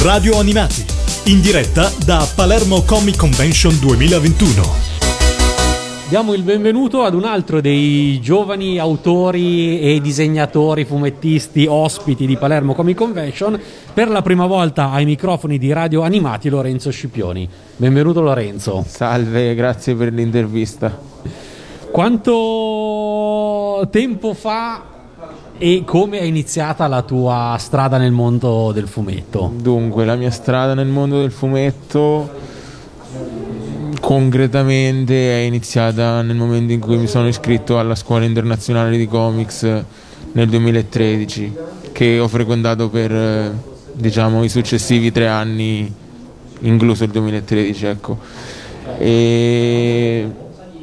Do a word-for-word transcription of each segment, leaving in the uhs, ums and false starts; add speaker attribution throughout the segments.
Speaker 1: Radio Animati, in diretta da Palermo Comic Convention duemilaventuno.
Speaker 2: Diamo il benvenuto ad un altro dei giovani autori e disegnatori, fumettisti, ospiti di Palermo Comic Convention. Per la prima volta ai microfoni di Radio Animati, Lorenzo Scipioni. Benvenuto Lorenzo.
Speaker 3: Salve, grazie per l'intervista.
Speaker 2: Quanto tempo fa e come è iniziata la tua strada nel mondo del fumetto?
Speaker 3: Dunque, la mia strada nel mondo del fumetto concretamente è iniziata nel momento in cui mi sono iscritto alla Scuola Internazionale di Comics nel duemilatredici, che ho frequentato per, diciamo, i successivi tre anni, incluso il duemilatredici, ecco. E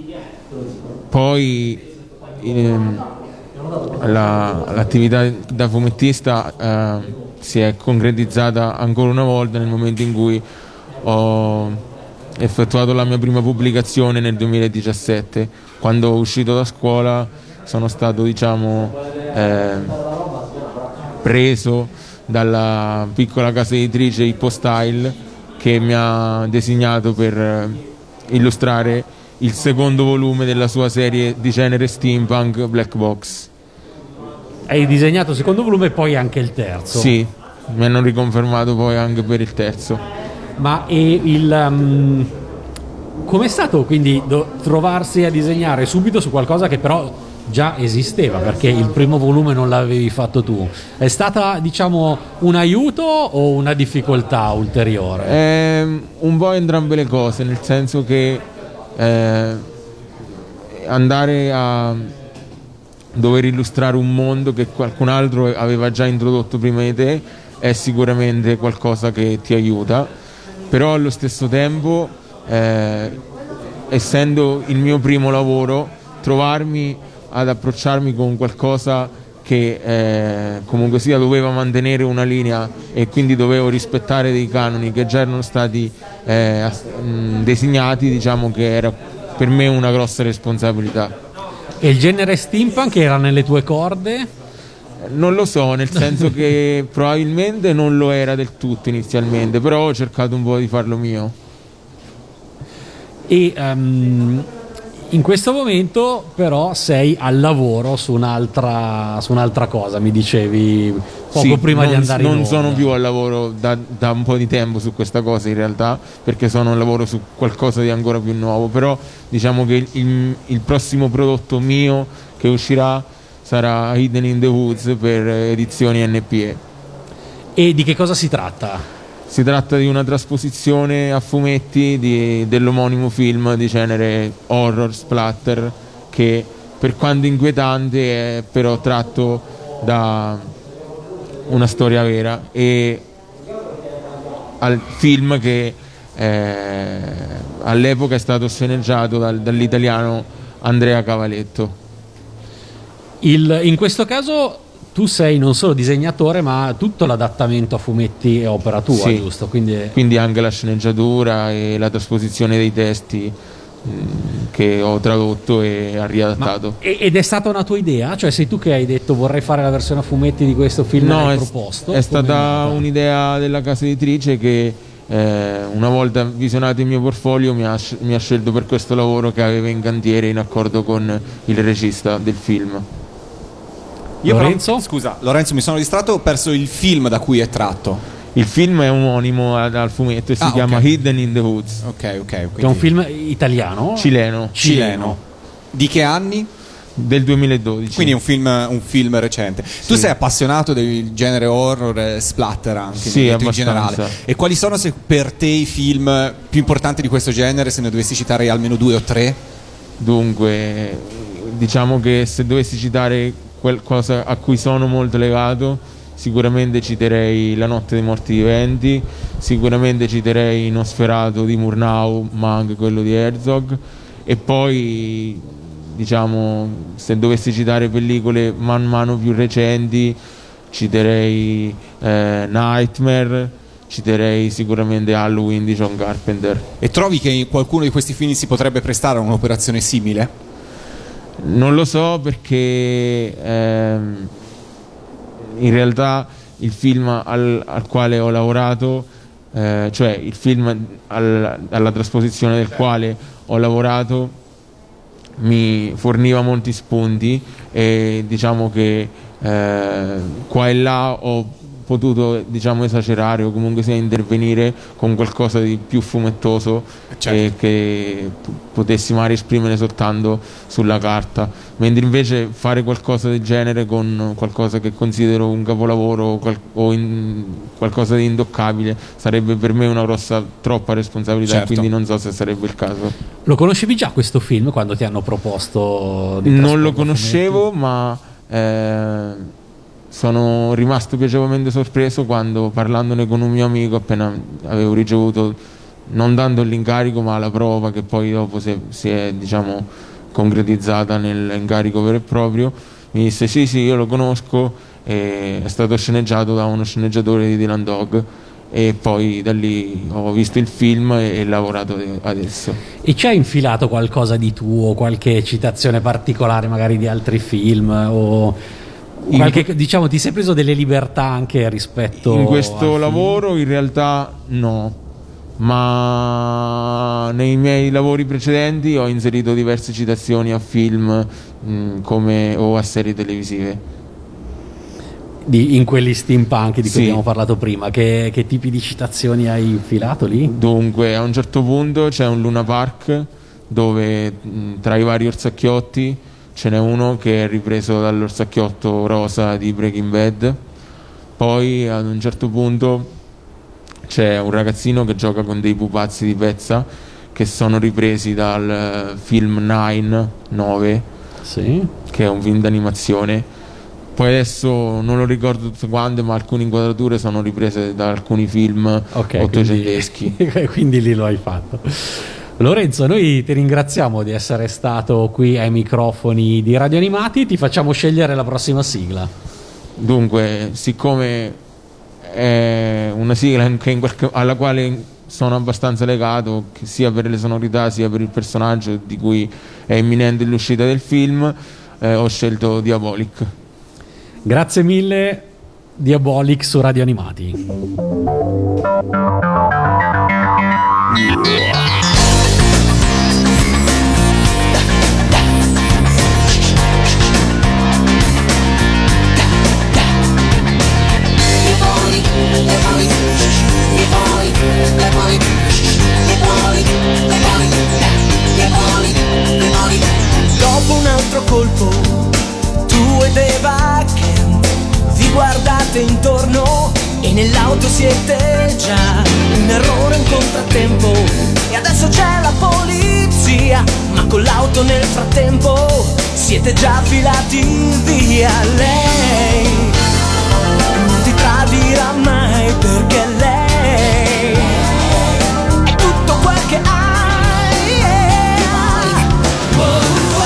Speaker 3: poi ehm, la, l'attività da fumettista eh, si è concretizzata ancora una volta nel momento in cui ho effettuato la mia prima pubblicazione nel duemiladiciassette. Quando uscito da scuola sono stato, diciamo, eh, preso dalla piccola casa editrice Ippostyle, che mi ha designato per eh, illustrare il secondo volume della sua serie di genere steampunk, Black Box.
Speaker 2: Hai disegnato il secondo volume e poi anche il terzo?
Speaker 3: Sì, mi hanno riconfermato poi anche per il terzo.
Speaker 2: Ma e il um, com'è stato quindi do, trovarsi a disegnare subito su qualcosa che però già esisteva, perché il primo volume non l'avevi fatto tu? È stata, diciamo, un aiuto o una difficoltà ulteriore?
Speaker 3: Eh, un po' entrambe le cose, nel senso che eh, andare a dover illustrare un mondo che qualcun altro aveva già introdotto prima di te è sicuramente qualcosa che ti aiuta, però allo stesso tempo, eh, essendo il mio primo lavoro, trovarmi ad approcciarmi con qualcosa che eh, comunque sia doveva mantenere una linea e quindi dovevo rispettare dei canoni che già erano stati eh, designati, diciamo che era per me una grossa responsabilità.
Speaker 2: E il genere steampunk era nelle tue corde?
Speaker 3: Non lo so, nel senso che probabilmente non lo era del tutto inizialmente, però ho cercato un po' di farlo mio.
Speaker 2: E um, in questo momento però sei al lavoro su un'altra, su un'altra cosa, mi dicevi poco
Speaker 3: sì,
Speaker 2: prima
Speaker 3: non,
Speaker 2: di andare in
Speaker 3: non
Speaker 2: onda.
Speaker 3: sono più al lavoro da, da un po' di tempo su questa cosa in realtà, perché sono al lavoro su qualcosa di ancora più nuovo, però diciamo che il, il, il prossimo prodotto mio che uscirà sarà Hidden in the Woods per edizioni N P E.
Speaker 2: E di che cosa si tratta?
Speaker 3: Si tratta di una trasposizione a fumetti di, dell'omonimo film di genere horror splatter, che per quanto inquietante è però tratto da una storia vera, e al film che eh, all'epoca è stato sceneggiato dal, dall'italiano Andrea Cavaletto.
Speaker 2: Il, in questo caso tu sei non solo disegnatore, ma tutto l'adattamento a fumetti è opera tua,
Speaker 3: sì,
Speaker 2: giusto? Quindi...
Speaker 3: quindi anche la sceneggiatura e la trasposizione dei testi mh, che ho tradotto e riadattato.
Speaker 2: Ma, ed è stata una tua idea? Cioè sei tu che hai detto vorrei fare la versione a fumetti di questo film?
Speaker 3: No,
Speaker 2: hai
Speaker 3: è,
Speaker 2: proposto?
Speaker 3: è stata è un'idea della casa editrice che eh, una volta visionato il mio portfolio mi ha, mi ha scelto per questo lavoro che aveva in cantiere in accordo con il regista del film.
Speaker 4: Io
Speaker 2: Lorenzo?
Speaker 4: Però, scusa, Lorenzo, mi sono distratto, ho perso il film da cui è tratto.
Speaker 3: Il film è omonimo al, al fumetto e si
Speaker 4: ah,
Speaker 3: chiama
Speaker 4: okay.
Speaker 3: Hidden in the Woods.
Speaker 4: Ok, ok. Quindi...
Speaker 2: È un film italiano?
Speaker 3: Cileno.
Speaker 4: Cileno. Di che anni?
Speaker 3: Del duemiladodici.
Speaker 4: Quindi è un film, un film recente.
Speaker 3: Sì.
Speaker 4: Tu sei appassionato del genere horror e splatter anche,
Speaker 3: sì,
Speaker 4: in
Speaker 3: abbastanza.
Speaker 4: generale. E quali sono se, per te i film più importanti di questo genere, se ne dovessi citare almeno due o tre?
Speaker 3: Dunque, diciamo che se dovessi citare qualcosa a cui sono molto legato, sicuramente citerei La notte dei morti viventi, sicuramente citerei Nosferatu di Murnau, ma anche quello di Herzog, e poi, diciamo, se dovessi citare pellicole man mano più recenti, citerei eh, Nightmare, citerei sicuramente Halloween di John Carpenter.
Speaker 4: E trovi che qualcuno di questi film si potrebbe prestare a un'operazione simile?
Speaker 3: Non lo so, perché ehm, in realtà il film al, al quale ho lavorato, eh, cioè il film al, alla trasposizione del quale ho lavorato mi forniva molti spunti, e diciamo che eh, qua e là ho potuto, diciamo, esagerare o comunque sia intervenire con qualcosa di più fumettoso, certo, e che p- potessi magari esprimere soltanto sulla carta, mentre invece fare qualcosa del genere con qualcosa che considero un capolavoro o, qual- o in- qualcosa di intoccabile sarebbe per me una grossa, troppa responsabilità,
Speaker 4: certo.
Speaker 3: quindi non so se sarebbe il caso.
Speaker 2: Lo conoscevi già questo film quando ti hanno proposto di
Speaker 3: Non lo
Speaker 2: trasporlo
Speaker 3: conoscevo,
Speaker 2: fumetti?
Speaker 3: ma eh, sono rimasto piacevolmente sorpreso quando, parlandone con un mio amico appena avevo ricevuto non tanto l'incarico ma la prova che poi dopo si è, si è diciamo concretizzata nell'incarico vero e proprio, mi disse sì sì io lo conosco, e è stato sceneggiato da uno sceneggiatore di Dylan Dog, e poi da lì ho visto il film e, e lavorato adesso.
Speaker 2: E ci hai infilato qualcosa di tuo, qualche citazione particolare magari di altri film, o qualche, diciamo, ti sei preso delle libertà anche rispetto
Speaker 3: in questo
Speaker 2: al
Speaker 3: lavoro
Speaker 2: film?
Speaker 3: In realtà no, ma nei miei lavori precedenti ho inserito diverse citazioni a film mh, come, o a serie televisive.
Speaker 2: Di, in quelli steampunk di cui
Speaker 3: Sì.
Speaker 2: abbiamo parlato prima, che, che tipi di citazioni hai infilato lì?
Speaker 3: Dunque, a un certo punto c'è un Luna Park dove mh, tra i vari orsacchiotti ce n'è uno che è ripreso dall'orsacchiotto rosa di Breaking Bad. Poi ad un certo punto c'è un ragazzino che gioca con dei pupazzi di pezza che sono ripresi dal film Nine, nove,
Speaker 2: Sì.
Speaker 3: che è un film d'animazione. Poi adesso non lo ricordo tutte quante, ma alcune inquadrature sono riprese da alcuni film
Speaker 2: Ok,
Speaker 3: ottocenteschi.
Speaker 2: quindi, quindi lì lo hai fatto. Lorenzo, noi ti ringraziamo di essere stato qui ai microfoni di Radio Animati, ti facciamo scegliere la prossima sigla.
Speaker 3: Dunque, siccome è una sigla che in qualche, alla quale sono abbastanza legato, che sia per le sonorità sia per il personaggio di cui è imminente l'uscita del film, eh, ho scelto Diabolic.
Speaker 2: Grazie mille, Diabolic su Radio Animati.
Speaker 5: Dopo un altro colpo, tu ed Eva Kent vi guardate intorno e nell'auto siete già un errore, un contrattempo, e adesso c'è la polizia, ma con l'auto nel frattempo siete già filati via. Lei non ti tradirà mai perché lei è tutto quel che hai, yeah. Oh, oh.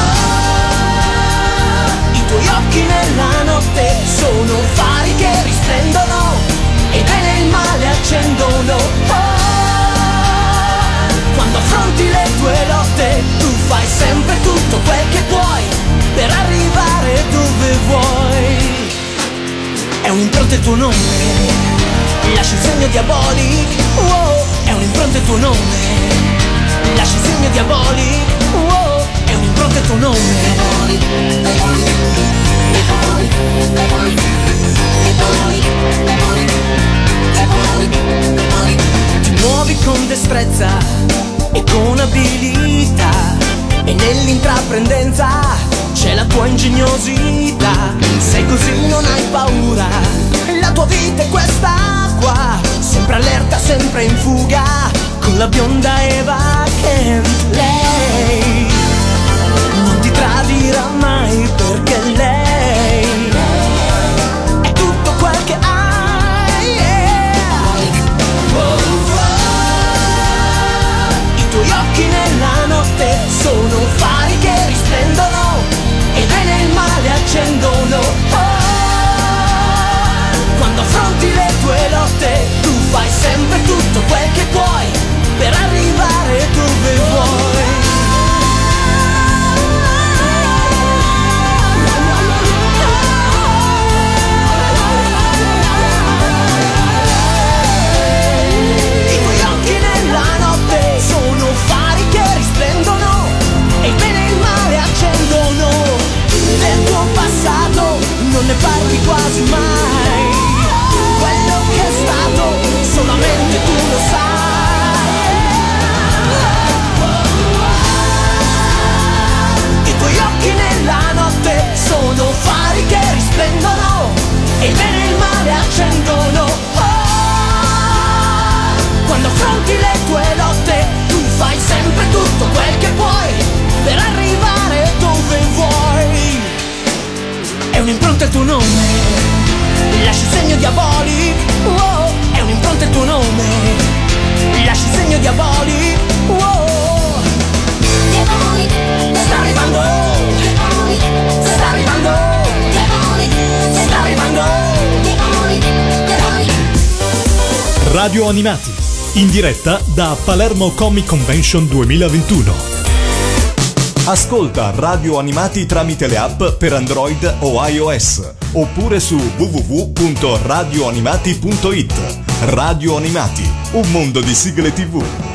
Speaker 5: I tuoi occhi nella notte sono fari che risplendono e bene e il male accendono. Oh, quando affronti le tue lotte tu fai sempre tutto quel che puoi per arrivare dove vuoi. È un'impronta il tuo nome, lasci il segno Diabolic. Oh, è un'impronta il tuo nome, lasci il segno Diabolic. Oh, è un'impronta il tuo nome. Ti muovi con destrezza e con abilità, e nell'intraprendenza c'è la tua ingegnosità. Sei così, non hai paura, la tua vita è questa qua, sempre allerta, sempre in fuga, con la bionda Eva Kent. Lei non ti tradirà mai perché lei è tutto quel che hai, yeah. Oh, oh. I tuoi occhi nella notte sono fari che risplendono e il bene e il male accendono. Oh, quando affronti le tue lotte tu fai sempre tutto quel che puoi per arrivare dove vuoi. Diabolic, wow, è un'impronta il tuo nome, lasci il segno Diabolic, wow. Diabolic, sta arrivando, Diabolic, sta arrivando, Diabolic, sta arrivando, Diabolic, Diabolic.
Speaker 1: Radio Animati, in diretta da Palermo Comic Convention duemilaventuno. Ascolta Radio Animati tramite le app per Android o iOS oppure su w w w punto radio animati punto it. Radio Animati, un mondo di sigle tivù.